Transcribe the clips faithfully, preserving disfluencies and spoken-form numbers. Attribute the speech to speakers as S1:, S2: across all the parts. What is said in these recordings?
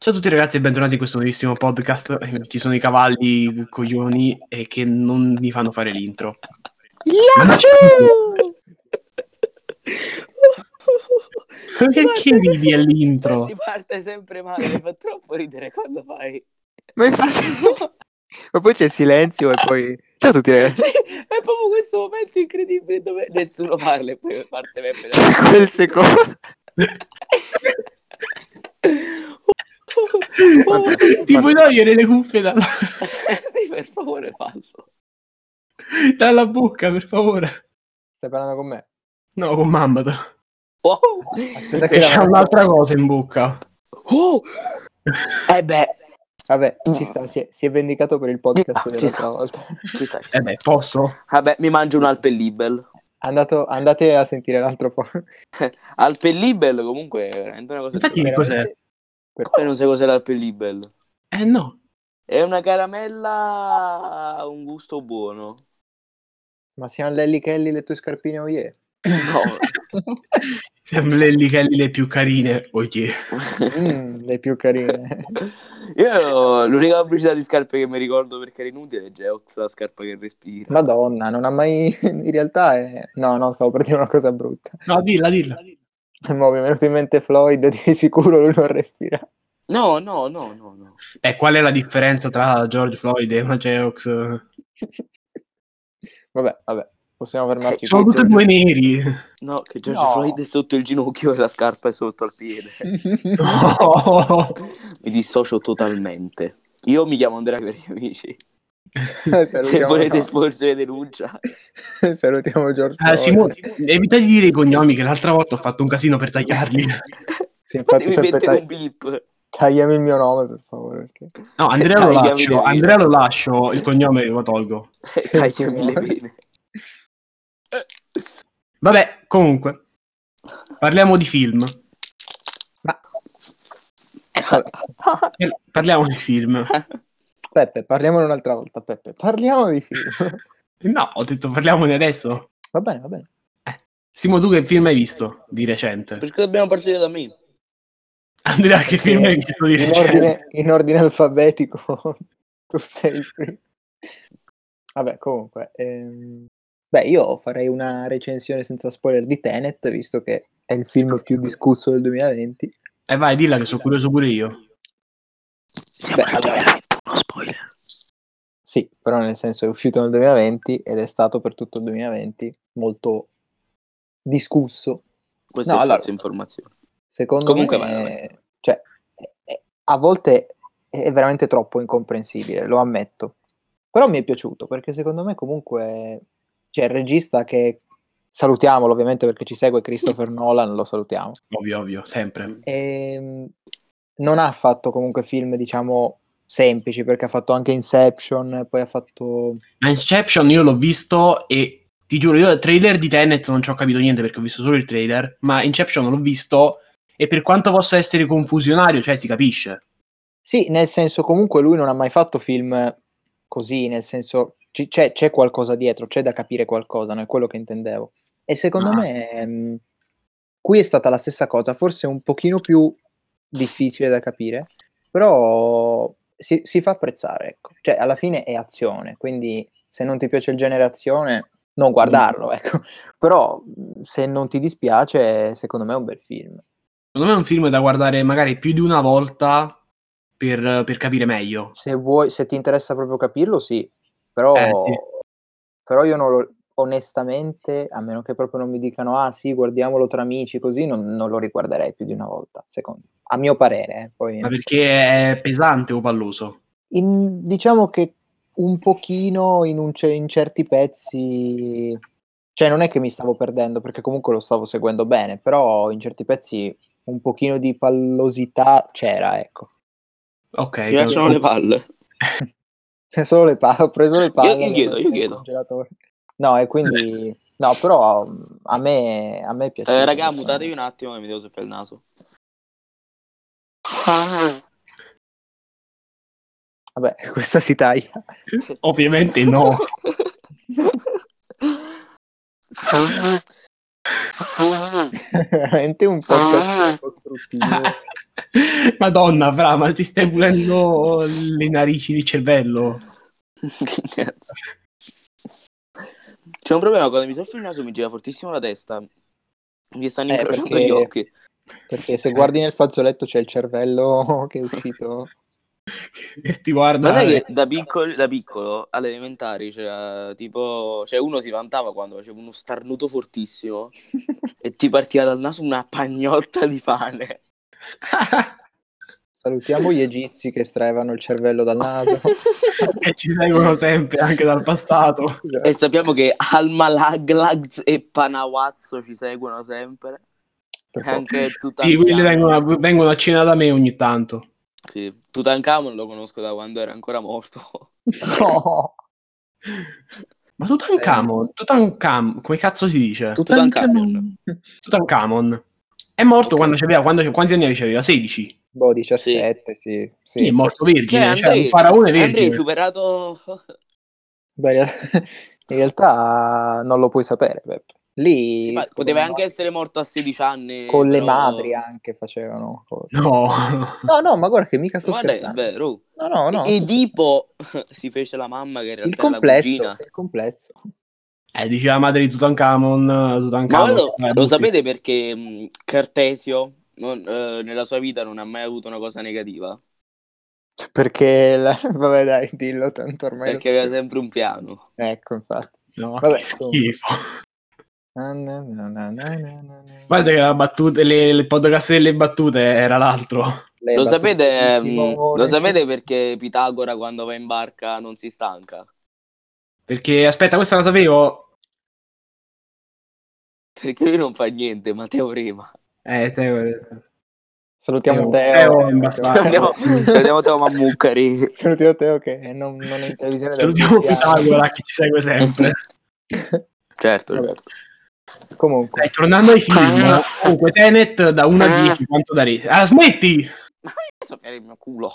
S1: Ciao a tutti ragazzi e bentornati in questo nuovissimo podcast. Ci sono i cavalli coglioni e che non mi fanno fare l'intro. Perché ridi all'intro?
S2: Si parte sempre male, mi fa troppo ridere quando fai.
S3: Ma infatti... Ma poi c'è il silenzio e poi... Ciao a tutti ragazzi.
S2: Sì, è proprio questo momento incredibile dove nessuno parla e poi parte Peppe da
S3: C'è quel secondo...
S1: Ti puoi togliere le cuffie dalla...
S2: Sì, per favore fallo.
S1: dalla bocca, per favore.
S3: Stai parlando con me?
S1: No, con mamma.
S2: Oh.
S3: Aspetta che
S1: E c'è
S3: la-
S1: un'altra cosa in bocca.
S2: Oh. Eh beh,
S3: Vabbè, ci sta, si è, si è vendicato per il podcast
S2: Ci
S3: dell'altra
S2: sta.
S3: volta.
S2: ci sta, ci sta.
S1: Eh beh, posso?
S2: Vabbè, mi mangio un Alpellibel.
S3: Andato, andate a sentire l'altro po'.
S2: Alpellibel comunque è veramente una cosa
S1: Infatti,
S2: di...
S1: che cos'è?
S3: Veramente- per-
S2: Come non sai cos'è l'Alpellibel?
S1: Eh no.
S2: È una caramella a un gusto buono.
S3: Ma siamo Lelli Kelly le tue scarpine oh yeah?
S2: No.
S1: Siamo le lichelli le più carine. Oh yeah.
S3: Mm, le più carine.
S2: Io l'unica pubblicità di scarpe che mi ricordo perché era inutile è Geox, la scarpa che respira.
S3: Madonna, non ha mai... In realtà è... No, no, stavo per dire una cosa brutta.
S1: No, dilla, dilla.
S3: Mo' mi è venuto in mente Floyd, di sicuro lui non respira.
S2: No, no, no, no, no.
S1: Eh, qual è la differenza tra George Floyd e una Geox?
S3: Vabbè, vabbè, possiamo fermarci
S1: Sono
S3: qui.
S1: tutti e due neri.
S2: No, che George
S3: No.
S2: Floyd è sotto il ginocchio e la scarpa è sotto al piede.
S1: No.
S2: Mi dissocio totalmente. Io mi chiamo Andrea per gli amici. Se
S3: Salutiamo,
S2: volete
S3: no.
S2: sporgere denuncia.
S3: Salutiamo George
S1: Ah,
S3: Floyd.
S1: Simone, evita di dire i cognomi che l'altra volta ho fatto un casino per tagliarli.
S3: Sì, infatti,
S2: Devi
S3: Peppe,
S2: mettere
S3: tagli-
S2: un beep.
S3: tagliami il mio nome, per favore. Perché...
S1: No, Andrea lo
S2: Tagliami
S1: lascio,
S2: le vene.
S1: Andrea lo lascio, il cognome lo tolgo.
S2: Tagliami le vene.
S1: Vabbè, comunque, parliamo di film.
S3: Ma... Vabbè.
S1: Eh, Parliamo di film.
S3: Peppe, parliamone un'altra volta, Peppe. Parliamo di film.
S1: No, ho detto parliamone adesso.
S3: Va bene, va bene.
S1: Simo, tu che film hai visto di recente?
S2: Perché dobbiamo partire da me?
S1: Andrea, che film hai visto di
S3: in
S1: recente?
S3: ordine, in ordine alfabetico tu sei il primo. Vabbè, comunque, ehm, beh, io farei una recensione senza spoiler di Tenet, visto che è il film più discusso del duemilaventi.
S1: Eh vai, dilla che sono curioso pure io.
S2: Siamo
S3: Beh,
S2: nel
S3: allora-
S2: duemilaventuno, spoiler.
S3: Sì, però nel senso è uscito nel duemilaventi ed è stato per tutto il duemilaventi molto discusso.
S2: Questa
S3: No,
S2: è
S3: allora,
S2: falsa informazione.
S3: secondo
S2: Comunque
S3: me,
S2: vai, vai.
S3: cioè, è- è- a volte è veramente troppo incomprensibile, lo ammetto. Però mi è piaciuto, perché secondo me comunque c'è il regista che, salutiamolo ovviamente perché ci segue, Christopher Nolan, lo salutiamo.
S1: Ovvio, ovvio, sempre.
S3: E non ha fatto comunque film, diciamo, semplici, perché ha fatto anche Inception, poi ha fatto...
S1: Ma Inception io l'ho visto e ti giuro, io dal trailer di Tenet non ci ho capito niente perché ho visto solo il trailer, ma Inception l'ho visto e per quanto possa essere confusionario, cioè si capisce.
S3: Sì, nel senso comunque lui non ha mai fatto film così, nel senso ci- c'è, c'è qualcosa dietro, c'è da capire qualcosa, no? È quello che intendevo. E secondo
S1: Ah.
S3: me mh, qui è stata la stessa cosa, forse un pochino più difficile da capire, però si, si fa apprezzare, ecco. Cioè alla fine è azione, quindi se non ti piace il genere azione non guardarlo, ecco. Però mh, se non ti dispiace, secondo me è un bel film.
S1: Secondo me è un film da guardare magari più di una volta per, per capire meglio.
S3: Se vuoi, se ti interessa proprio capirlo, sì, però,
S1: Eh, sì.
S3: però io non lo, onestamente, a meno che proprio non mi dicano, ah sì, guardiamolo tra amici, così, non, non lo riguarderei più di una volta, secondo, a mio parere. eh, Poi,
S1: Ma perché è pesante o palloso?
S3: in- diciamo che un pochino in, un ce- in certi pezzi, cioè non è che mi stavo perdendo, perché comunque lo stavo seguendo bene, però in certi pezzi un pochino di pallosità c'era, ecco.
S1: Ok.
S2: Mi lasciano le palle.
S3: Solo le palle, ho preso le palle.
S2: io
S3: le ho
S2: chiedo,
S3: messe
S2: io
S3: nel
S2: chiedo.
S3: congelatore. No, e quindi no, però um, a me a me è piaciuto.
S2: Eh, raga, mutatevi un attimo che mi devo soffiare il naso.
S3: Vabbè, questa si taglia.
S1: Ovviamente no.
S3: Veramente un podcast costruttivo.
S1: Madonna, Fra, ma ti stai pulendo le narici di cervello?
S2: Che cazzo. C'è un problema, quando mi soffio il naso mi gira fortissimo la testa. Mi stanno
S3: Eh,
S2: incrociando
S3: perché-
S2: gli occhi.
S3: Perché se guardi nel fazzoletto c'è il cervello che è uscito.
S1: E ti guarda.
S2: Ma sai che da piccolo, da piccolo alle elementari c'era tipo, cioè uno si vantava quando faceva uno starnuto fortissimo e ti partiva dal naso una pagnotta di pane.
S3: Salutiamo gli egizi che estraevano il cervello dal naso.
S1: E ci seguono sempre, anche dal passato.
S2: E sappiamo che Almalaglags e Panawazzo ci seguono sempre.
S3: Per
S2: E anche
S1: Sì, quelli
S2: Tutankhamon.
S1: vengono, vengono a cena da me ogni tanto.
S2: Sì, Tutankhamon lo conosco da quando era ancora morto.
S3: No.
S1: Ma Tutankhamon, Tutankhamon, come cazzo si dice?
S2: Tutankhamon.
S1: Tutankhamon. È morto
S2: Ok.
S1: quando c'aveva, quando, quanti anni aveva? sedici.
S3: Boh, diciassette, sì. sì,
S1: Quindi è morto
S3: forse.
S1: vergine,
S2: Cioè,
S1: cioè,
S2: Andrei,
S1: un faraone vergine.
S2: Andrei superato...
S3: Beh, in realtà- in realtà non lo puoi sapere, Peppe. Lì
S2: Sì, ma
S3: secondo
S2: poteva
S3: me,
S2: anche essere morto a sedici anni.
S3: con le
S2: però-
S3: madri anche facevano cose.
S1: No.
S3: No, no, ma guarda che mica sto
S2: Guarda che è
S3: scherzando.
S2: vero.
S3: No, no, no. sto
S2: Edipo si fece la mamma che in
S3: Il
S2: realtà era la
S3: complesso,
S2: cugina.
S3: il complesso.
S1: Eh, diceva madre di Tutankhamon,
S2: Ma
S1: Tutankhamon.
S2: quello
S1: eh,
S2: lo
S1: butti.
S2: sapete perché mh, Cartesio non- eh, nella sua vita non ha mai avuto una cosa negativa?
S3: Perché, la- vabbè dai, dillo, tanto ormai lo
S2: Perché aveva
S3: sapevo.
S2: sempre un piano.
S3: Ecco, infatti.
S1: No,
S3: Vabbè,
S1: che schifo.
S3: Na, na, na, na, na, na, na.
S1: Guarda che la battuta, le, le podcast delle battute era l'altro.
S3: Le
S2: Lo
S3: battute
S2: sapete,
S3: di
S2: mh,
S3: Simone.
S2: lo sapete perché Pitagora quando va in barca non si stanca?
S1: Perché, aspetta, questa la sapevo.
S2: Perché lui non fa niente, ma teorema.
S1: Eh, te...
S3: Salutiamo
S1: Teo,
S3: Teo.
S1: Teo è imbastato.
S2: Andiamo, andiamo Teo Mammucari.
S3: Salutiamo Teo che non, non è in televisione da
S1: Salutiamo
S3: dieci
S1: Pitagora che ci segue sempre.
S2: Certo,
S3: Vabbè.
S2: certo.
S3: Comunque,
S1: Dai, tornando ai film, comunque Tenet da uno a dieci quanto darete? Ah, smetti!
S2: Ma io so che il mio culo.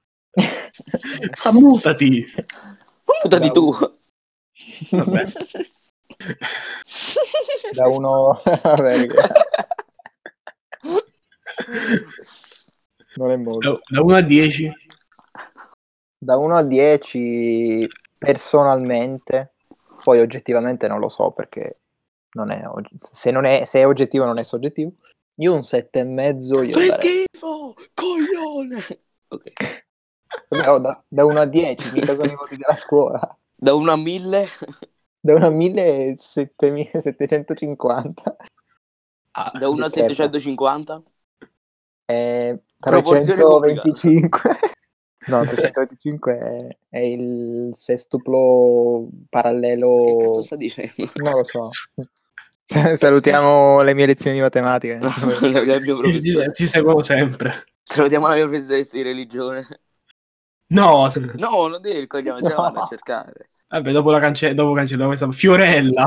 S1: Ammutati!
S2: Mutati
S3: Da
S2: tu.
S1: Vabbè.
S3: da uno... Vabbè, non è molto.
S1: Da, da uno a dieci?
S3: Da uno a dieci personalmente, poi oggettivamente non lo so perché non è, og- se, non è, se è oggettivo non è soggettivo, io un sette e mezzo io
S2: Fai
S3: darei.
S2: schifo, coglione. Ok.
S3: Vabbè, oh, da, da uno a dieci, mica sono i voti della scuola.
S2: Da uno a mille.
S3: Da uno a mille, settecentocinquanta.
S1: Ah,
S2: Da uno a settecentocinquanta.
S3: È
S2: Proporzione complicata.
S3: trecentoventicinque. No, trecentoventicinque è, è il sestuplo parallelo.
S2: Che cazzo sta dicendo?
S3: Non lo so. Salutiamo le mie lezioni di matematica.
S2: No, il mio professore.
S1: ci seguono sempre.
S2: Salutiamo la mia professoressa di religione.
S1: No, se-
S2: No, non dire il cognome, se la
S3: No.
S2: vanno a cercare.
S1: vabbè, dopo la cance- dopo cancelliamo questa. Fiorella.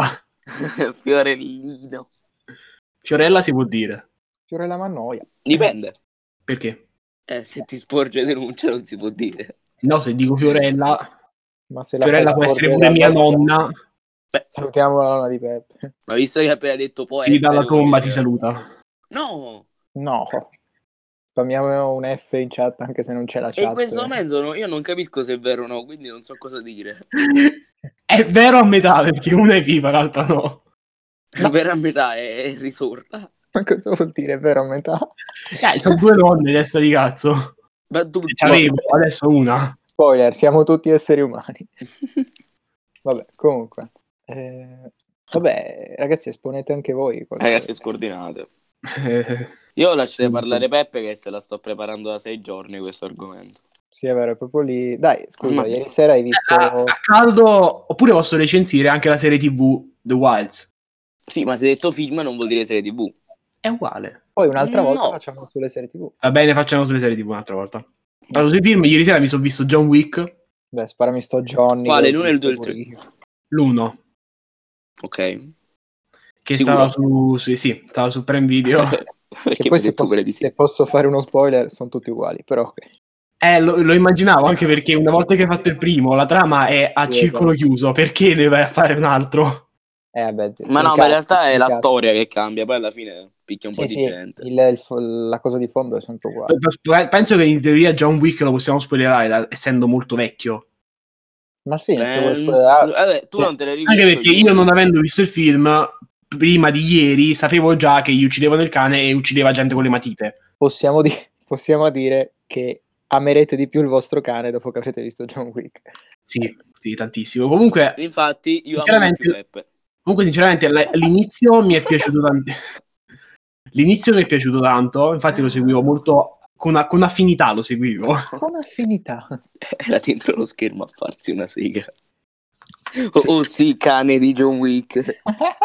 S2: Fiorellino.
S1: Fiorella si può dire.
S3: Fiorella Mannoia.
S2: Dipende.
S1: Perché?
S2: Eh, se ti sporge denuncia non si può dire.
S1: No, se dico Fiorella,
S3: Ma se la
S1: Fiorella
S3: fai
S1: può essere
S3: sporgere
S1: pure mia
S3: da doppia-
S1: nonna.
S2: Beh,
S3: Salutiamo la nonna di Peppe.
S2: ma visto che hai appena detto può
S1: Si
S2: essere...
S1: dalla
S2: vuol
S1: tomba
S2: dire-
S1: ti saluta.
S2: No!
S3: No. Spammiamo un F in chat anche se non c'è la
S2: E
S3: chat.
S2: in questo momento no, io non capisco se è vero o no, quindi non so cosa dire.
S1: È vero a metà perché una è viva, l'altra no.
S2: La vera metà è, è risorta.
S3: Ma cosa vuol dire vero a metà?
S1: Eh, ho due nonne, testa di cazzo.
S2: Ma tutti.
S1: C'avevo, adesso una.
S3: Spoiler, siamo tutti esseri umani. Vabbè, comunque. Eh, vabbè, ragazzi, esponete anche voi. qualcosa.
S2: Ragazzi, scordinate.
S1: Eh,
S2: Io lascerei
S1: Sì,
S2: parlare
S1: sì.
S2: Peppe che se la sto preparando da sei giorni questo argomento.
S3: Sì, è vero, è proprio lì. Dai, scusa,
S2: Ma-
S3: ieri sera hai visto...
S1: a, a caldo, oppure posso recensire anche la serie tivù The Wilds.
S2: Sì, ma se hai detto film non vuol dire serie tivù.
S1: È uguale.
S3: Poi un'altra volta
S2: No.
S3: facciamo sulle serie tivù.
S1: Va bene, facciamo sulle serie tivù un'altra volta. Allora, sui film, ieri sera mi sono visto John Wick,
S3: Beh, sparami sto Johnny.
S2: Quale?
S3: che ho
S2: L'uno e il
S3: visto
S2: due e il
S3: pure io.
S1: l'uno,
S2: Ok.
S1: che
S2: Sicuro?
S1: stava su, su, sì, stava su Prime Video.
S2: Perché
S3: Che
S2: mi
S3: poi
S2: hai
S3: se
S2: detto
S3: posso,
S2: quelle di sì.
S3: se posso fare uno spoiler, sono tutti uguali, però ok.
S1: Eh, lo, lo immaginavo anche perché una volta che hai fatto il primo, la trama è a
S3: Sì,
S1: circolo
S3: esatto.
S1: chiuso. Perché deve fare un altro?
S3: Eh, vabbè, zio,
S2: Ma no,
S3: incassi,
S2: ma in realtà è la
S3: incassi.
S2: storia che cambia, poi alla fine... picchia un
S3: Sì,
S2: po' di
S3: sì,
S2: gente.
S3: il- il fo- la cosa di fondo è sempre uguale.
S1: P- p- Penso che in teoria John Wick lo possiamo spoilerare, da- essendo molto vecchio.
S3: Ma sì, se vuoi
S2: Penso...
S3: spoilerare-
S2: Vabbè, tu
S3: sì.
S2: non te l'hai
S1: Anche
S2: rivisto,
S1: perché io, non avendo visto il film, prima di ieri sapevo già che gli uccidevano il cane e uccideva gente con le matite.
S3: Possiamo, di- possiamo dire che amerete di più il vostro cane dopo che avrete visto John Wick.
S1: Sì, sì, tantissimo. Comunque,
S2: Infatti, io amo di
S1: sinceramente,
S2: più Peppe.
S1: comunque, sinceramente, l- l'inizio mi è piaciuto tanto. L'inizio mi è piaciuto tanto, infatti lo seguivo molto con, con affinità, lo seguivo.
S3: Con affinità.
S2: Era dentro lo schermo a farsi una sega. Oh, oh sì, cane di John Wick.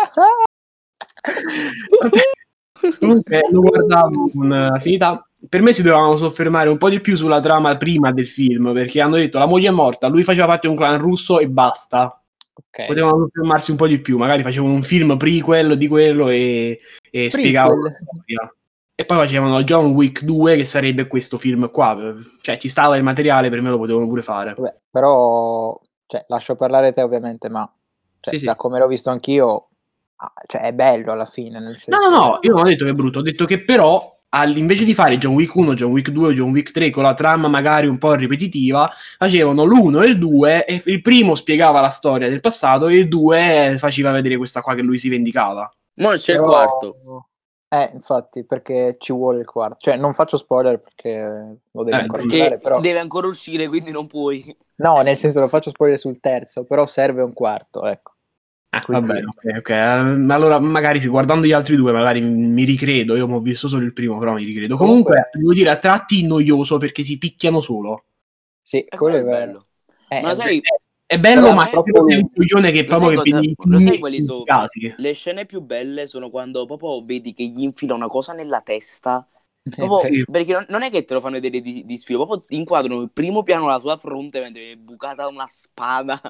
S1: Vabbè. Comunque lo guardavo con affinità. Per me si dovevano soffermare un po' di più sulla trama prima del film, perché hanno detto la moglie è morta, lui faceva parte di un clan russo e basta.
S3: Ok.
S1: Potevano soffermarsi un po' di più, magari facevano un film prequel di quello e, e spiegavano la storia. E poi facevano John Wick due, che sarebbe questo film qua. Cioè ci stava il materiale, per me lo potevano pure fare.
S3: Vabbè, però, cioè, lascio parlare te ovviamente, ma cioè,
S1: Sì, sì.
S3: da come l'ho visto anch'io, ah, cioè, è bello alla fine. Nel
S1: No,
S3: senso...
S1: no, no, io non ho detto che è brutto, ho detto che però all- invece di fare John Wick uno, John Wick due o John Wick tre con la trama magari un po' ripetitiva, facevano l'uno e il due e il primo spiegava la storia del passato e il due faceva vedere questa qua che lui si vendicava.
S2: Mo c'è
S3: Però-
S2: il quarto.
S3: Eh, infatti, perché ci vuole il quarto. Cioè, non faccio spoiler perché lo devi
S1: Eh,
S3: ancora
S2: Perché
S3: guardare, però...
S2: deve ancora uscire, quindi non puoi.
S3: No, nel senso lo faccio spoiler sul terzo, però serve un quarto, ecco.
S1: Eh,
S3: Quindi-
S1: va bene, ok, ok. Eh, allora magari se guardando gli altri due magari mi ricredo, io ho visto solo il primo, però mi ricredo. Comunque,
S3: Comunque-
S1: devo dire a tratti noioso perché si picchiano solo.
S3: Sì,
S2: E
S3: quello è
S2: quello è
S3: vero.
S2: bello.
S3: Eh,
S2: Ma
S3: è
S2: sai,
S1: È bello,
S3: Però
S1: ma
S3: è
S1: se
S3: troppo
S1: sei un
S3: lungo.
S1: coglione che
S2: lo
S1: proprio
S2: sai,
S1: che
S2: cosa,
S1: vedi
S2: lo sai quali sono?
S1: casi.
S2: Le scene più belle sono quando proprio vedi che gli infila una cosa nella testa.
S3: Eh,
S2: Proprio,
S1: Sì.
S2: perché non, non è che te lo fanno vedere di, di sfilo, proprio inquadrano il primo piano la tua fronte mentre è bucata una spada.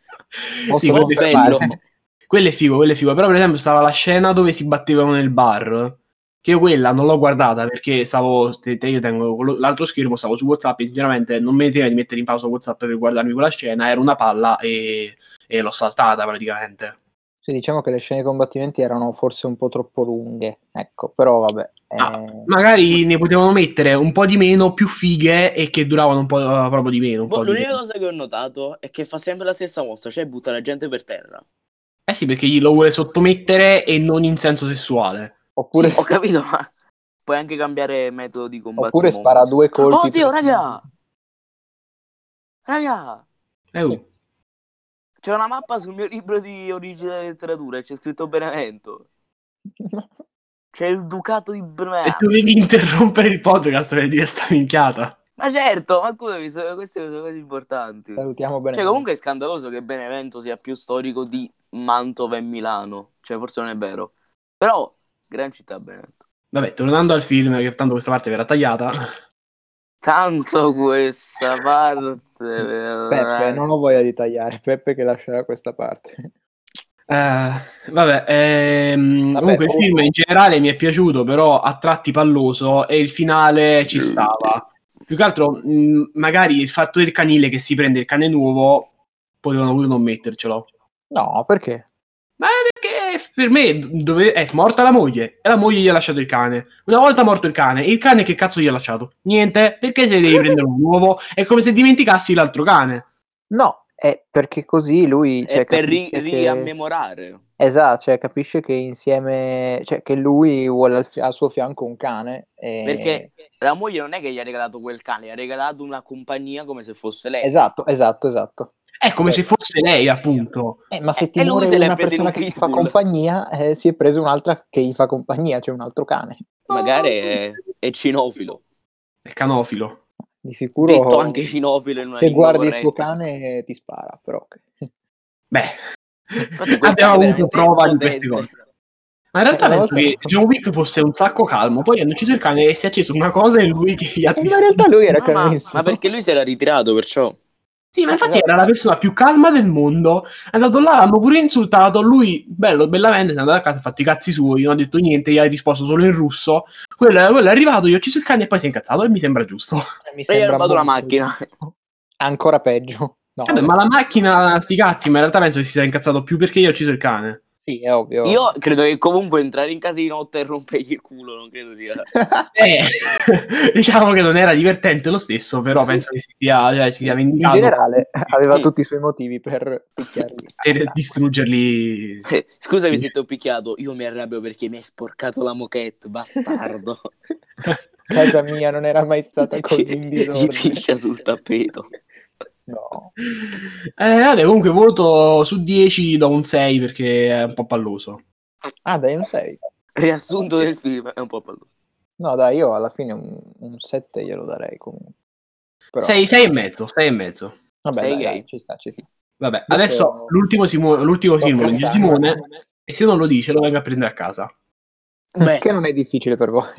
S3: Posso
S1: Sì, quello è
S3: confermare.
S2: bello.
S1: Quello è figo, quello è figo. Però, per esempio, stava la scena dove si battevano nel bar. Che io quella non l'ho guardata perché stavo. te- te- Io tengo quello- l'altro schermo, stavo su WhatsApp. E sinceramente non mi metteva di mettere in pausa WhatsApp per guardarmi quella scena. Era una palla e, e l'ho saltata praticamente.
S3: Sì, diciamo che le scene di combattimenti erano forse un po' troppo lunghe, ecco, però vabbè.
S1: Ah,
S3: eh,
S1: magari ne potevano mettere un po' di meno, più fighe e che duravano un po' eh, proprio di meno. Un
S2: Boh,
S1: po' di
S2: l'unica
S1: meno.
S2: cosa che ho notato è che fa sempre la stessa mossa, cioè butta la gente per terra.
S1: Eh sì, perché glielo vuole sottomettere e non in senso sessuale.
S3: Oppure,
S2: Sì, ho capito, ma puoi anche cambiare metodo di combattimento.
S3: oppure spara due colpi.
S2: Oddio,
S3: per-
S2: raga! Raga!
S1: Eh, oh.
S2: C'è una mappa sul mio libro di origine della letteratura e c'è scritto Benevento. C'è il Ducato di
S1: E
S2: Benevento.
S1: dovevi interrompere il podcast per dire sta minchiata.
S2: Ma certo, ma scusami, sono- queste sono cose importanti.
S3: Salutiamo bene.
S2: Cioè, comunque è scandaloso che Benevento sia più storico di Mantova e Milano. Cioè, forse non è vero. Però, gran città Benevento.
S1: Vabbè, tornando al film, che tanto questa parte verrà tagliata.
S2: Tanto questa parte...
S3: Peppe, non ho voglia di tagliare. Peppe che lascerà questa parte.
S1: Eh, vabbè, ehm,
S3: Vabbè,
S1: comunque il
S3: oh,
S1: film
S3: oh.
S1: in generale mi è piaciuto, però a tratti palloso e il finale ci stava. Più che altro, mh, magari il fatto del canile che si prende il cane nuovo, potevano pure non mettercelo.
S3: No, perché?
S1: Ma perché per me dove è morta la moglie e la moglie gli ha lasciato il cane. Una volta morto il cane, il cane che cazzo gli ha lasciato? Niente, perché se devi prendere un nuovo? È come se dimenticassi l'altro cane.
S3: No, è perché così lui... Cioè,
S2: È per ri-
S3: capisce che-
S2: riammemorare.
S3: Esatto, cioè capisce che insieme... Cioè che lui vuole al, fi- al suo fianco un cane. E...
S2: Perché la moglie non è che gli ha regalato quel cane, gli ha regalato una compagnia come se fosse lei.
S3: Esatto, esatto, esatto.
S1: È come se fosse lei, appunto.
S3: Eh, ma se
S2: Eh,
S3: ti
S2: e lui
S3: muore
S2: se l'è
S3: una
S2: preso in
S3: persona
S2: un
S3: che ti fa
S2: pitbull.
S3: compagnia, eh, si è preso un'altra che gli fa compagnia, cioè un altro cane.
S2: Magari è, è cinofilo.
S1: È canofilo.
S3: Di sicuro
S2: Detto anche cinofilo in una
S3: se
S2: lingua
S3: guardi il suo
S2: corretta.
S3: cane ti spara, però.
S1: Beh,
S2: Infatti quel
S1: abbiamo
S2: cane è
S1: avuto
S2: veramente
S1: prova di queste
S2: potente.
S1: cose. Ma in realtà
S3: Eh, una
S1: penso
S3: volta-
S1: che John Wick fosse un sacco calmo, poi hanno ucciso il cane e si è acceso una cosa e lui che gli ha
S3: E in
S1: visto.
S3: realtà lui era
S2: No, ma,
S3: calmissimo.
S2: ma perché lui si era ritirato, perciò.
S1: Sì, ma infatti
S3: Esatto.
S1: era la persona più calma del mondo. È andato là, l'hanno pure insultato. Lui, bello, bellamente, se è andato a casa, ha fatto i cazzi suoi, non ha detto niente, gli ha risposto solo in russo. Quello, quello è arrivato, gli ho ucciso il cane e poi si è incazzato. E mi sembra giusto.
S3: Eh, mi
S2: E gli ha
S3: sembra
S2: rubato la
S3: molto
S2: macchina.
S3: giusto. Ancora peggio. No,
S1: Vabbè, ma la macchina, sti cazzi, ma in realtà penso che si sia incazzato più perché gli ho ucciso il cane.
S3: Sì, è ovvio.
S2: Io credo che comunque entrare in casa di notte e rompergli il culo non credo sia...
S1: Eh, diciamo che non era divertente lo stesso, però penso che si sia, cioè, si sia
S3: In
S1: vendicato
S3: generale aveva tutti i suoi motivi per picchiarli.
S1: per distruggerli.
S2: Eh, Scusami se ti ho picchiato, io mi arrabbio perché mi hai sporcato la moquette, bastardo.
S3: Casa mia non era mai stata così in
S2: Gli
S3: disordine.
S2: piscia sul tappeto.
S3: No.
S1: Eh, vabbè, comunque voto su dieci do un sei perché è un po' palloso.
S3: Ah, dai, un sei.
S2: Riassunto del film è un po' palloso.
S3: No, dai, io alla fine un, un sette glielo darei comunque. Però...
S1: sei, sei e mezzo, sei e mezzo.
S3: Vabbè,
S2: sei
S3: dai,
S2: gay.
S3: dai, ci sta, ci sta.
S1: Vabbè,
S3: Adesso-
S1: adesso l'ultimo, Simo- l'ultimo film lo dice
S3: Tocca a
S1: Simone e se non lo dice lo vengo a prendere a casa.
S2: Beh,
S3: Che non è difficile per voi.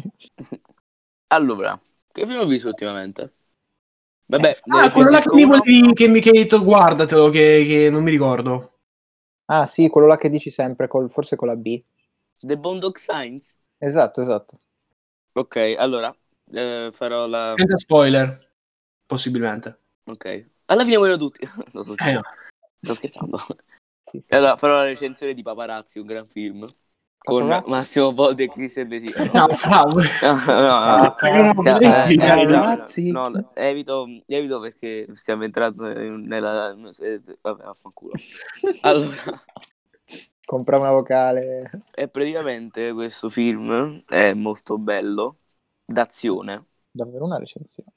S2: allora, che film ho visto ultimamente? Vabbè,
S1: Ah,
S2: ne
S1: quello là che mi
S2: recensisco uno.
S1: volevi, che mi che hai detto guardatelo, che, che non mi ricordo.
S3: Ah, sì, quello là che dici sempre, col- forse con la B.
S2: The Boondock Saints.
S3: Esatto, esatto.
S2: Ok, allora, eh, farò la...
S1: Senza spoiler, possibilmente.
S2: Ok, alla fine voglio tutti. No, sto
S1: Eh,
S2: scherzando.
S1: no.
S2: Sto scherzando.
S3: Sì, sì.
S2: Allora, farò la recensione di Paparazzi, un gran film. Con
S3: Paparazzi?
S2: Massimo Boldi e Christian De Sica.
S1: No, bravo.
S2: No, no, no.
S1: Perché non
S2: No,
S1: potresti
S2: eh,
S1: evitare?
S2: evito,
S3: Paparazzi?
S2: no, no, evito, evito perché stiamo entrando in- nella... eh, Vabbè, vaffanculo. Allora,
S3: Compra una vocale.
S2: è praticamente questo film è molto bello, d'azione.
S3: Davvero una recensione.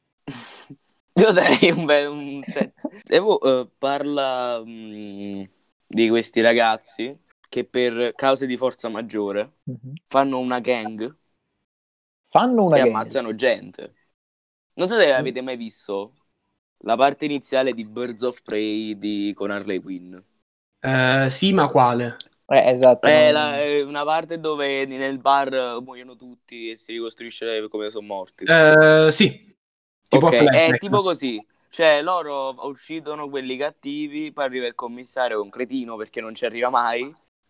S2: Io darei un bel un set. E boh, eh, parla mh, di questi ragazzi che per cause di forza maggiore
S3: Mhm.
S2: fanno una gang
S3: Fanno una
S2: e
S3: gang.
S2: ammazzano gente. Non so se avete mai visto la parte iniziale di Birds of Prey di, con Harley Quinn.
S1: Eh, sì, ma quale?
S3: Eh, esatto.
S2: È,
S3: non-
S2: la- è una parte dove nel bar muoiono tutti e si ricostruisce come sono morti.
S1: Eh, sì. Tipo
S2: Ok, è
S1: flashback.
S2: tipo così. Cioè, loro uccidono quelli cattivi, poi arriva il commissario, un cretino perché non ci arriva mai,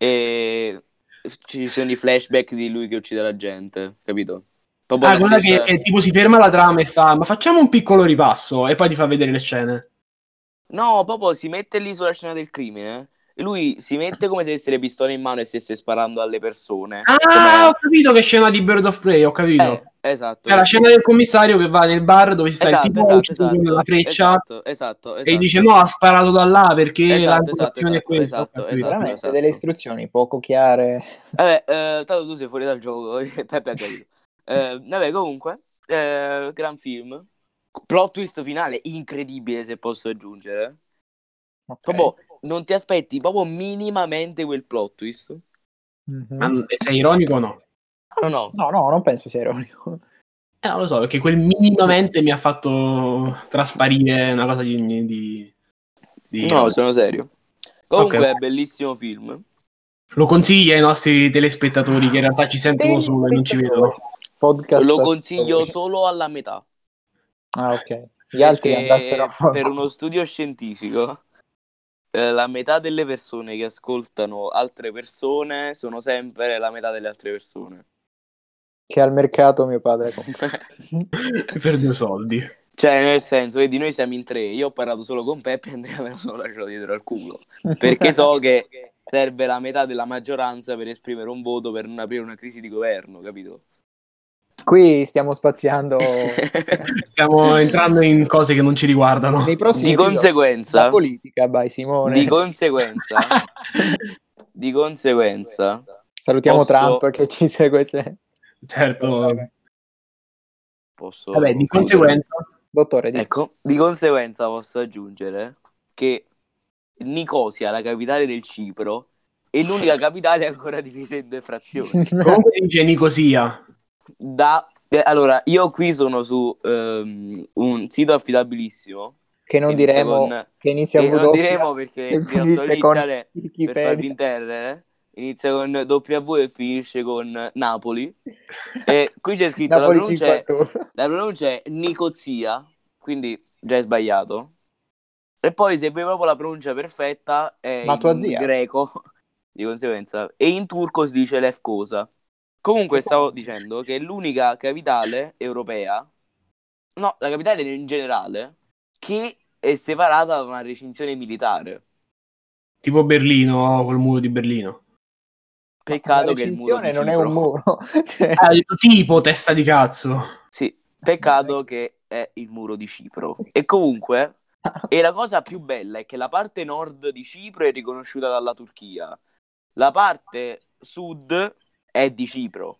S2: e ci sono i flashback di lui che uccide la gente, capito? Proprio
S1: Ah,
S2: la
S1: quella
S2: stessa...
S1: che, che tipo si ferma la trama e fa ma facciamo un piccolo ripasso e poi ti fa vedere le scene.
S2: No, proprio si mette lì sulla scena del crimine e lui si mette come se avesse le pistole in mano e stesse sparando alle persone.
S1: Ah,
S2: Come...
S1: ho capito che scena di Bird of Prey, ho capito.
S2: Eh, esatto.
S1: È la
S2: così.
S1: scena del commissario che va nel bar dove sta il
S2: Esatto,
S1: tipo
S2: esatto,
S1: ucciso con
S2: esatto,
S1: la freccia
S2: esatto, esatto,
S1: e
S2: esatto.
S1: dice no, ha sparato da là perché
S2: Esatto,
S1: la
S2: esatto,
S1: motivazione è
S2: esatto,
S1: questa. Ho
S2: esatto,
S1: capito.
S2: esatto.
S3: Veramente delle istruzioni poco chiare.
S2: Vabbè, eh, tanto tu sei fuori dal gioco, Peppe ha capito. Eh, vabbè, comunque, eh, gran film. Plot twist finale incredibile, se posso aggiungere.
S3: Ok.
S2: Proprio non ti aspetti proprio minimamente quel plot twist.
S3: Mhm.
S1: Ma sei ironico o no?
S2: No, no.
S3: No, no, non penso sia ironico.
S1: Eh, non lo so, perché quel minimamente mi ha fatto trasparire una cosa di... di, di-
S2: No, sono serio. Comunque
S1: Ok.
S2: è bellissimo film.
S1: Lo consigli ai nostri telespettatori che in realtà ci sentono solo e non ci vedono.
S3: Podcast
S2: Lo consiglio
S3: story.
S2: solo alla metà.
S3: Ah, ok. Gli altri andassero
S2: Perché
S3: a...
S2: per uno studio scientifico eh, la metà delle persone che ascoltano altre persone sono sempre la metà delle altre persone.
S3: che al mercato mio padre compra.
S1: Per due soldi.
S2: Cioè, nel senso, vedi, noi siamo in tre. Io ho parlato solo con Peppe e Andrea me lo sono lasciato dietro al culo. Perché so che serve la metà della maggioranza per esprimere un voto per non aprire una crisi di governo, capito?
S3: Qui stiamo spaziando
S1: Stiamo entrando in cose che non ci riguardano.
S3: nei prossimi
S2: Di
S3: episodi.
S2: conseguenza,
S3: La politica, by Simone.
S2: di conseguenza, di conseguenza,
S3: Salutiamo
S2: posso-
S3: Trump che ci segue. se-
S1: Certo.
S2: posso
S1: Vabbè, di
S2: concludere?
S1: conseguenza...
S3: Dottore, di...
S2: Ecco, di conseguenza posso aggiungere che Nicosia, la capitale del Cipro, è l'unica capitale ancora divisa in due frazioni.
S1: Comunque si dice Nicosia.
S2: Da, eh, allora, io qui sono su ehm, un sito affidabilissimo.
S3: che non
S2: che inizia
S3: diremo
S2: con-
S3: che inizia
S2: che
S3: W
S2: non diremo perché
S3: e
S2: vi do solo
S3: finisce con
S2: iniziale per
S3: Wikipedia.
S2: farvi intendere. Inizia con W e finisce con Napoli. E qui c'è scritto la
S3: Napoli
S2: pronuncia, è,
S3: cinquantuno.
S2: la pronuncia è Nicozia, quindi già è sbagliato. E poi se vuoi proprio la pronuncia perfetta è
S3: Ma tua
S2: in
S3: zia?
S2: greco, di conseguenza, e in turco si dice Lefkosa. Comunque stavo dicendo che è l'unica capitale europea, no, la capitale in generale, che è separata da una recinzione militare.
S1: Tipo Berlino, col muro di Berlino.
S2: Peccato
S3: la
S2: che il muro
S3: recinzione
S2: di
S3: non è
S2: Cipro.
S3: un muro. Cioè,
S1: Ha detto tipo testa di cazzo.
S2: Sì, peccato che è il muro di Cipro. E comunque, e la cosa più bella è che la parte nord di Cipro è riconosciuta dalla Turchia. La parte sud è di Cipro.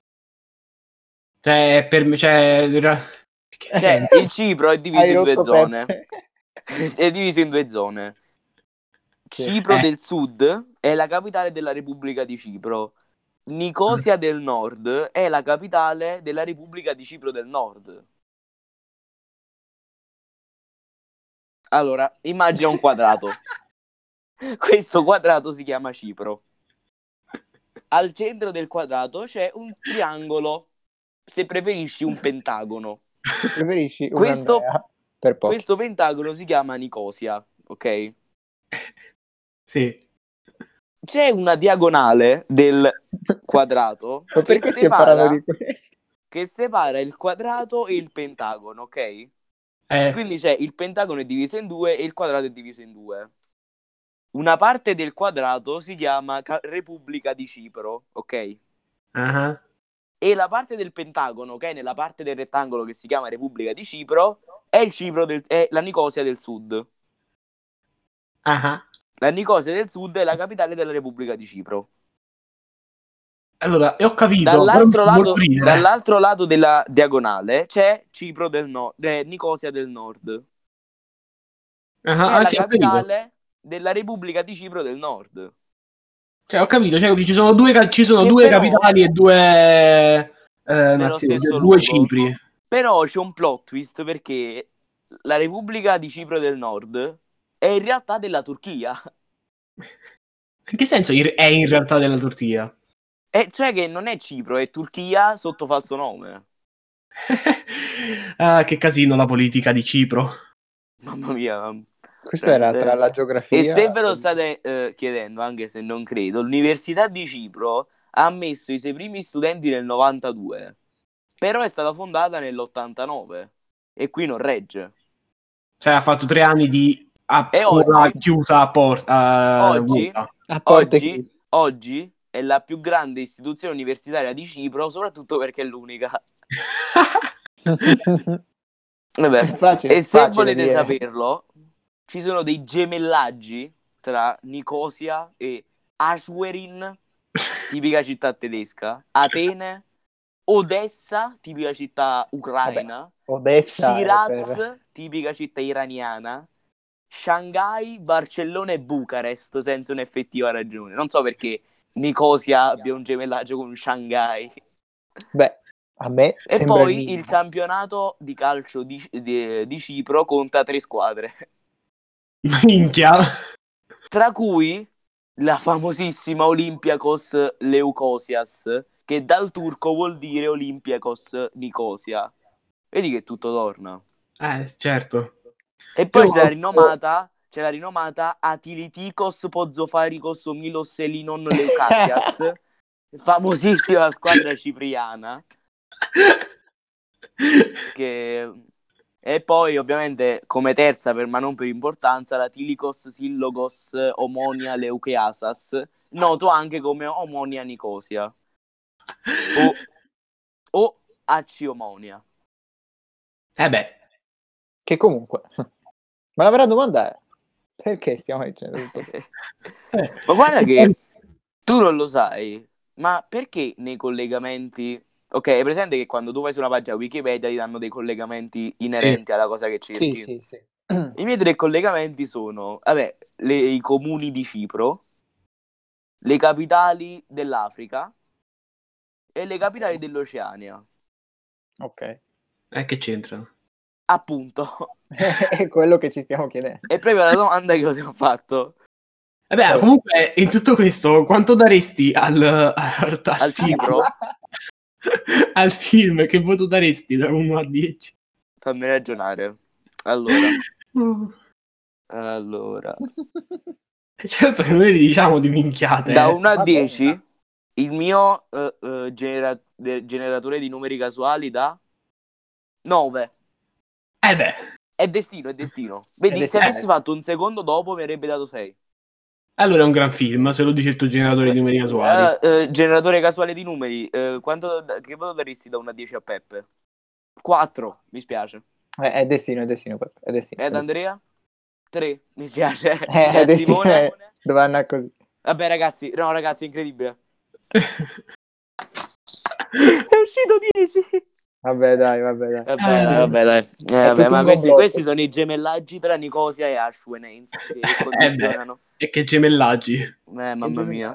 S1: Cioè, per me, cioè, ra- che
S2: Cioè,
S1: senso?
S2: il Cipro è diviso
S3: hai
S2: in due
S3: rotto
S2: zone.
S3: Peppe.
S2: È diviso in due zone.
S3: Sì.
S2: Cipro
S1: Eh.
S2: del Sud è la capitale della Repubblica di Cipro. Nicosia del Nord è la capitale della Repubblica di Cipro del Nord. Allora, immagina un quadrato. Questo quadrato si chiama Cipro. Al centro del quadrato c'è un triangolo, se preferisci un pentagono.
S3: Se preferisci un
S2: Questo,
S3: Andrea per pochi.
S2: questo pentagono si chiama Nicosia, ok?
S1: Sì.
S2: C'è una diagonale del quadrato
S3: Ma
S2: che
S3: perché stiamo parlando
S2: separa,
S3: di questo?
S2: che separa il quadrato e il pentagono, ok?
S1: Eh.
S2: Quindi c'è il pentagono è diviso in due e il quadrato è diviso in due. Una parte del quadrato si chiama Ca- Repubblica di Cipro, ok?
S1: Uh-huh.
S2: E la parte del pentagono, che è nella parte del rettangolo che si chiama Repubblica di Cipro, è, il Cipro del, è la Nicosia del Sud.
S1: Uh-huh.
S2: La Nicosia del Sud è la capitale della Repubblica di Cipro.
S1: Allora, e ho capito, però mi
S2: Dall'altro
S1: fa molto
S2: lato,
S1: ridere.
S2: dall'altro lato della diagonale c'è Cipro del Nord, eh, Nicosia del Nord,
S1: Uh-huh.
S2: che è
S1: Ah,
S2: la
S1: sì, ho capito.
S2: capitale della Repubblica di Cipro del Nord.
S1: Cioè, ho capito, cioè, ci sono due, ca- ci sono
S2: Che
S1: due
S2: però,
S1: capitali e due eh,
S2: nello
S1: nazioni,
S2: stesso
S1: cioè, due
S2: luogo,
S1: Cipri.
S2: però c'è un plot twist perché la Repubblica di Cipro del Nord è in realtà della Turchia.
S1: In che senso ir- è in realtà della Turchia?
S2: E cioè che non è Cipro, è Turchia sotto falso nome.
S1: Ah, che casino la politica di Cipro.
S2: Mamma mia.
S3: Questo era tra
S2: veramente.
S3: la
S2: E
S3: geografia
S2: se ve lo
S3: e-
S2: state eh, chiedendo, anche se non credo, l'Università di Cipro ha ammesso i suoi primi studenti nel novantadue, però è stata fondata nell'ottantanove e qui non regge.
S1: Cioè, ha fatto tre anni di a
S2: E
S1: scuola
S2: oggi,
S1: chiusa a porta.
S2: oggi,
S3: a porte
S2: oggi,
S3: chiuse.
S2: oggi è la più grande istituzione universitaria di Cipro, soprattutto perché è l'unica. Vabbè.
S3: È facile,
S2: E se
S3: facile
S2: volete
S3: dire.
S2: saperlo, ci sono dei gemellaggi tra Nicosia e Ashwerin, tipica città tedesca, Atene, Odessa, tipica città ucraina,
S3: Vabbè, Odessa è
S2: Shiraz,
S3: per...
S2: tipica città iraniana, Shanghai, Barcellona e Bucarest, senza un'effettiva ragione. Non so perché Nicosia abbia un gemellaggio con Shanghai.
S3: Beh, a me
S2: E
S3: sembra il
S2: poi il
S3: minimo.
S2: campionato di calcio di, di- di Cipro conta tre squadre,
S1: Minchia.
S2: tra cui la famosissima Olympiakos Leukosias, che dal turco vuol dire Olympiakos Nicosia. Vedi che tutto torna.
S1: Eh, certo.
S2: E poi c'è la rinomata, c'è la rinomata Atilitikos Pozofarikos Milos Elinon Leukasias, famosissima squadra cipriana. Che... E poi ovviamente come terza, per, ma non per importanza, la Tilikos Sillogos Omonia Leukeasas, noto anche come Omonia Nicosia o, o Acciomonia.
S1: Eh beh.
S3: Che comunque... Ma la vera domanda è, perché stiamo dicendo tutto questo?
S1: Eh.
S2: Ma guarda che tu non lo sai, ma perché nei collegamenti... Ok, è presente che quando tu vai su una pagina Wikipedia ti danno dei collegamenti inerenti
S1: Sì.
S2: alla cosa che
S3: Sì,
S2: cerchi?
S3: sì, sì.
S2: I miei tre collegamenti sono, vabbè, le- i comuni di Cipro, le capitali dell'Africa e le capitali dell'Oceania.
S3: Ok.
S1: Eh, che c'entrano?
S2: Appunto.
S3: È quello che ci stiamo chiedendo.
S2: È proprio la domanda che ti ho fatto.
S1: Vabbè,
S3: Vabbè.
S1: comunque, in tutto questo, quanto daresti al, al, al
S2: Al
S1: film?
S2: Cipro?
S1: Al film, che voto daresti da uno a dieci?
S2: Fammi ragionare. Allora,
S1: Mm.
S2: allora.
S1: Certo che noi li diciamo di minchiate.
S2: Da
S1: eh.
S2: uno a
S3: Madonna.
S2: dieci, il mio eh, eh, genera- de- generatore di numeri casuali da nove.
S1: Eh beh.
S2: È destino, è destino. Vedi,
S3: È
S2: se
S3: destino.
S2: avessi fatto un secondo dopo mi avrebbe dato sei.
S1: Allora è un gran film, se lo dice il tuo generatore di numeri casuali.
S2: Uh, uh, generatore casuale di numeri. Uh, quanto, che voto daresti da uno a dieci a Peppe? quattro, mi spiace.
S3: Eh, è destino, è destino. È destino.
S2: Ed Andrea? tre, mi spiace.
S3: Eh, è destino.
S2: Simone?
S3: È... Dove andare così?
S2: Vabbè ragazzi, no ragazzi, incredibile. È uscito dieci.
S3: Vabbè dai, vabbè dai.
S2: Vabbè dai, vabbè dai. Eh, vabbè, ma questi, questi sono i gemellaggi tra Nicosia e Ashwin Haynes che condizionano.
S1: Eh e che gemellaggi.
S2: Eh, mamma mia.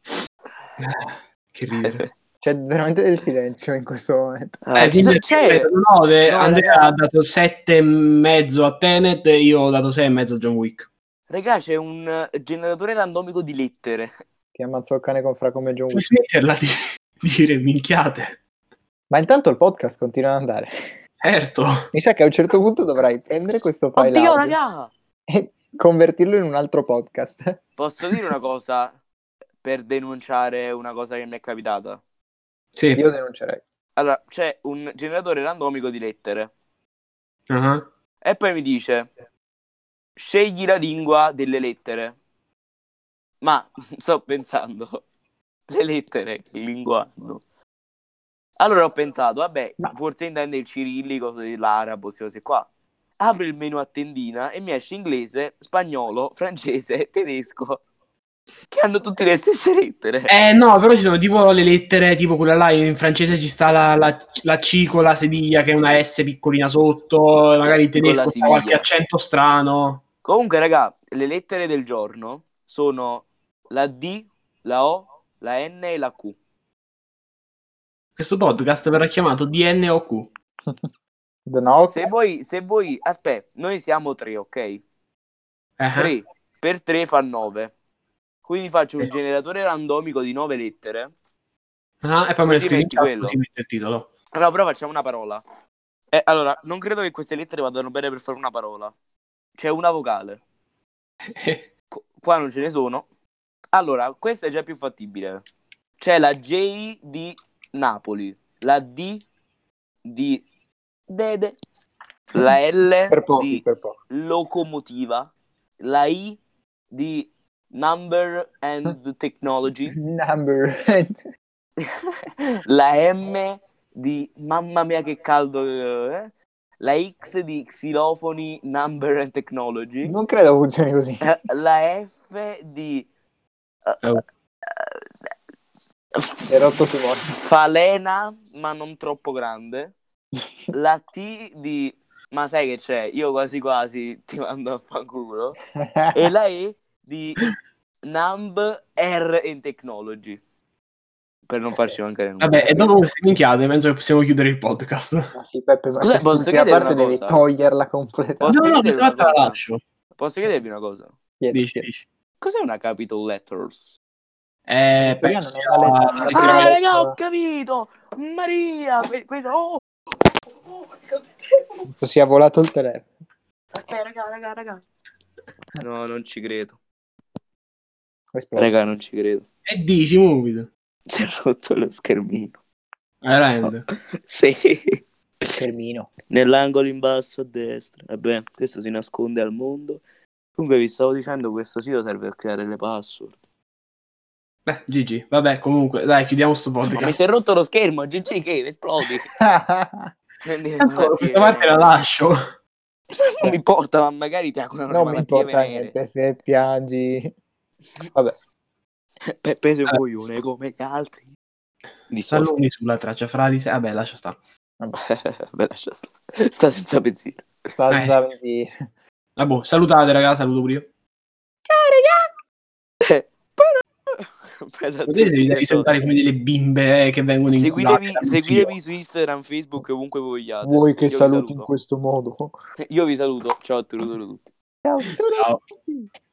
S1: Che ridere.
S3: C'è veramente del silenzio in questo momento.
S1: Eh,
S2: c'è, c'è...
S1: nove,
S2: no,
S1: Andrea
S2: raga.
S1: ha dato sette e mezzo a Tenet e io ho dato sei e mezzo a John Wick.
S2: Raga, c'è un uh, generatore randomico di lettere.
S3: Che ammazzo il cane con fra come John
S1: Puoi
S3: Wick.
S1: smetterla di dire minchiate.
S3: Ma intanto il podcast continua ad andare.
S1: Certo.
S3: Mi sa che a un certo punto dovrai prendere questo file
S2: Oddio,
S3: audio
S2: raga!
S3: e convertirlo in un altro podcast.
S2: Posso dire una cosa per denunciare una cosa che mi è capitata?
S1: Sì.
S3: Io denuncerei.
S2: Allora, c'è un generatore randomico di lettere.
S1: Uh-huh.
S2: E poi mi dice: scegli la lingua delle lettere. Ma sto pensando, le lettere che lingua hanno? Allora ho pensato, vabbè,
S3: Ma-
S2: forse intende il cirillico, l'arabo, queste cose qua. Apro il menu a tendina e mi esce inglese, spagnolo, francese, tedesco, che hanno tutte le stesse lettere.
S1: Eh no, però ci sono tipo le lettere, tipo quella là, in francese ci sta la, la, la C con la sediglia che è una S piccolina sotto, e magari in
S2: Con
S1: tedesco
S2: la
S1: sta qualche
S2: Siviglia.
S1: accento strano.
S2: Comunque, raga, le lettere del giorno sono la D, la O, la N e la Q.
S1: Questo podcast verrà chiamato D N O Q.
S3: No,
S2: Se voi, se voi, aspetta, noi siamo tre, ok?
S1: Uh-huh.
S2: tre per tre fa nove. Quindi faccio un generatore randomico di nove lettere.
S1: Ah, e poi me le
S2: Così
S1: scrivi in
S2: metti
S1: chat,
S2: quello.
S1: così mette il titolo.
S2: No, però facciamo una parola. Eh, allora, non credo che queste lettere vadano bene per fare una parola. C'è una vocale. Qu- Qua non ce ne sono. Allora, questa è già più fattibile. C'è la J di Napoli, la D di Dede, la L
S3: per pochi,
S2: di
S3: per pochi.
S2: locomotiva, la I di number and technology,
S3: Number.
S2: la M di mamma mia che caldo, eh? La X di xilofoni, number and technology,
S3: Non credo funzioni così.
S2: eh, la F di uh,
S1: Oh.
S3: Si è rotto Simone.
S2: falena ma non troppo grande, la T di ma sai che c'è, io quasi quasi ti mando a fanculo, e la E di numb R in technology, per non farci mancare nulla.
S1: Vabbè, e dopo queste minchiate penso che possiamo chiudere il podcast.
S3: Ma sì, Peppe, ma
S2: Cos'è, posso
S3: quest'ultima
S2: chiedere
S3: parte
S2: una
S3: devi
S2: cosa?
S3: toglierla completamente.
S2: Posso
S1: no, no,
S2: chiedere
S1: questa
S2: una
S1: volta la
S2: cosa?
S1: lascio.
S2: Posso chiedervi una cosa?
S3: Chiedi,
S1: Dici,
S3: chiedi.
S1: dici.
S2: Cos'è una capital letters?
S1: Eh,
S3: In teoria
S1: penso
S3: non è una lettera,
S1: sia-
S3: ma
S2: Ah,
S3: lettera-
S2: raga, ho capito! Maria! que- Questa... Oh! Oh, che
S3: Si è volato il telefono.
S2: Aspetta, raga, raga, raga. No, non ci credo.
S3: Esplode.
S2: Raga, non ci credo.
S1: E dici, muovito.
S2: Si è rotto lo schermino.
S1: Veramente.
S2: Sì.
S3: Schermino.
S2: Nell'angolo in basso a destra. Vabbè, questo si nasconde al mondo. Comunque vi stavo dicendo, questo sito serve per creare le password.
S1: Beh, Gigi, vabbè, comunque, dai, chiudiamo sto
S2: Ma mi
S1: podcast.
S2: si è rotto lo schermo, G G, che esplodi. Quindi le
S1: Tanto
S2: malattie
S1: questa parte la
S2: venere.
S1: lascio.
S2: Non mi importa, ma magari ti augurano
S3: Non
S2: le
S3: mi
S2: malattie
S3: importa
S2: venere.
S3: niente se piangi. Vabbè.
S2: Peppe sei un
S1: Vabbè.
S2: coglione come gli altri. Di
S1: Salumi sulla traccia fra di sé. Vabbè, lascia stare.
S2: Vabbè, lascia stare. Sta senza pensiero.
S3: Sta
S1: Eh,
S3: già di...
S1: Vabbè, salutate, ragazzi, saluto pure io.
S2: Bella a
S1: Potete
S2: tutti,
S1: devi salutare come delle bimbe eh, che vengono in
S2: Seguitevi, seguitevi su Instagram, Facebook, ovunque vogliate.
S3: Vuoi che
S2: Io vi
S3: saluti in
S2: saluto.
S3: questo modo?
S2: Io vi saluto. Ciao a tutti.
S3: Ciao.
S1: Ciao.